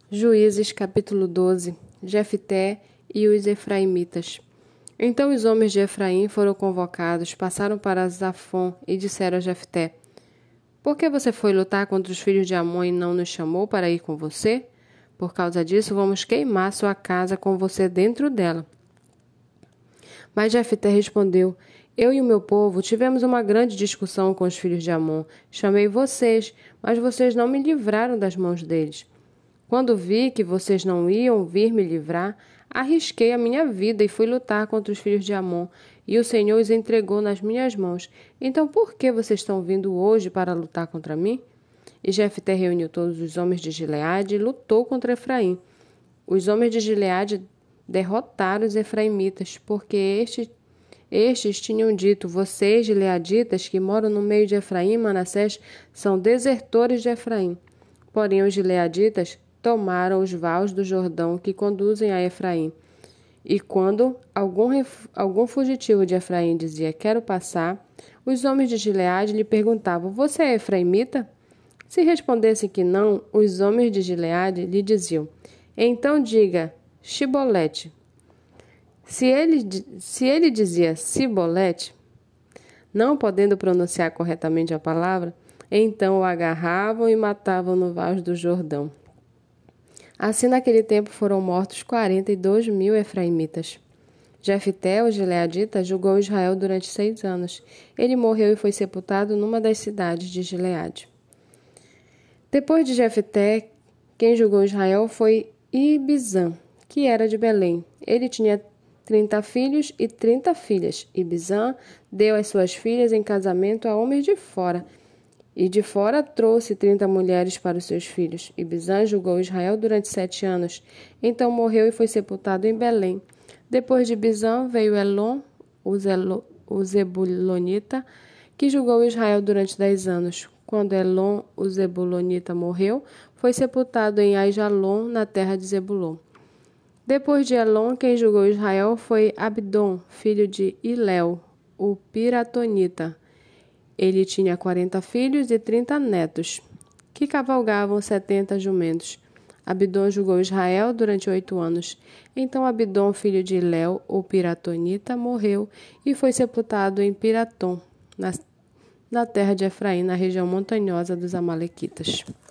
Juízes capítulo 12. Jefté e os efraimitas. Então os homens de Efraim foram convocados, passaram para Zafon e disseram a Jefté: Por que você foi lutar contra os filhos de Amon e não nos chamou para ir com você? Por causa disso, vamos queimar sua casa com você dentro dela. Mas Jefté respondeu: Eu e o meu povo tivemos uma grande discussão com os filhos de Amon. Chamei vocês, mas vocês não me livraram das mãos deles. Quando vi que vocês não iam vir me livrar, arrisquei a minha vida e fui lutar contra os filhos de Amon, e o Senhor os entregou nas minhas mãos. Então por que vocês estão vindo hoje para lutar contra mim? E Jefté reuniu todos os homens de Gileade e lutou contra Efraim. Os homens de Gileade derrotaram os efraimitas, porque estes tinham dito: Vocês, gileaditas, que moram no meio de Efraim e Manassés, são desertores de Efraim. Porém, os gileaditas tomaram os vales do Jordão que conduzem a Efraim. E quando algum fugitivo de Efraim dizia: Quero passar, os homens de Gileade lhe perguntavam: Você é efraimita? Se respondesse que não, os homens de Gileade lhe diziam: Então diga Shibolete. Se ele dizia Sibolete, não podendo pronunciar corretamente a palavra, então o agarravam e matavam no vale do Jordão. Assim, naquele tempo foram mortos 42.000 efraimitas. Jefté, o gileadita, julgou Israel durante 6 anos. Ele morreu e foi sepultado numa das cidades de Gileade. Depois de Jefté, quem julgou Israel foi Ibizã, que era de Belém. Ele tinha 30 filhos e 30 filhas. Ibizã deu as suas filhas em casamento a homens de fora, e de fora trouxe 30 mulheres para os seus filhos. Ibizã julgou Israel durante 7 anos. Então morreu e foi sepultado em Belém. Depois de Ibizã veio Elon, o Zebulonita, que julgou Israel durante 10 anos. Quando Elon, o Zebulonita, morreu, foi sepultado em Aijalon, na terra de Zebulon. Depois de Elon, quem julgou Israel foi Abdon, filho de Iléu, o Piratonita. Ele tinha 40 filhos e 30 netos, que cavalgavam 70 jumentos. Abdon julgou Israel durante 8 anos. Então Abdon, filho de Iléu, o Piratonita, morreu e foi sepultado em Piratom, na terra de Efraim, na região montanhosa dos Amalequitas.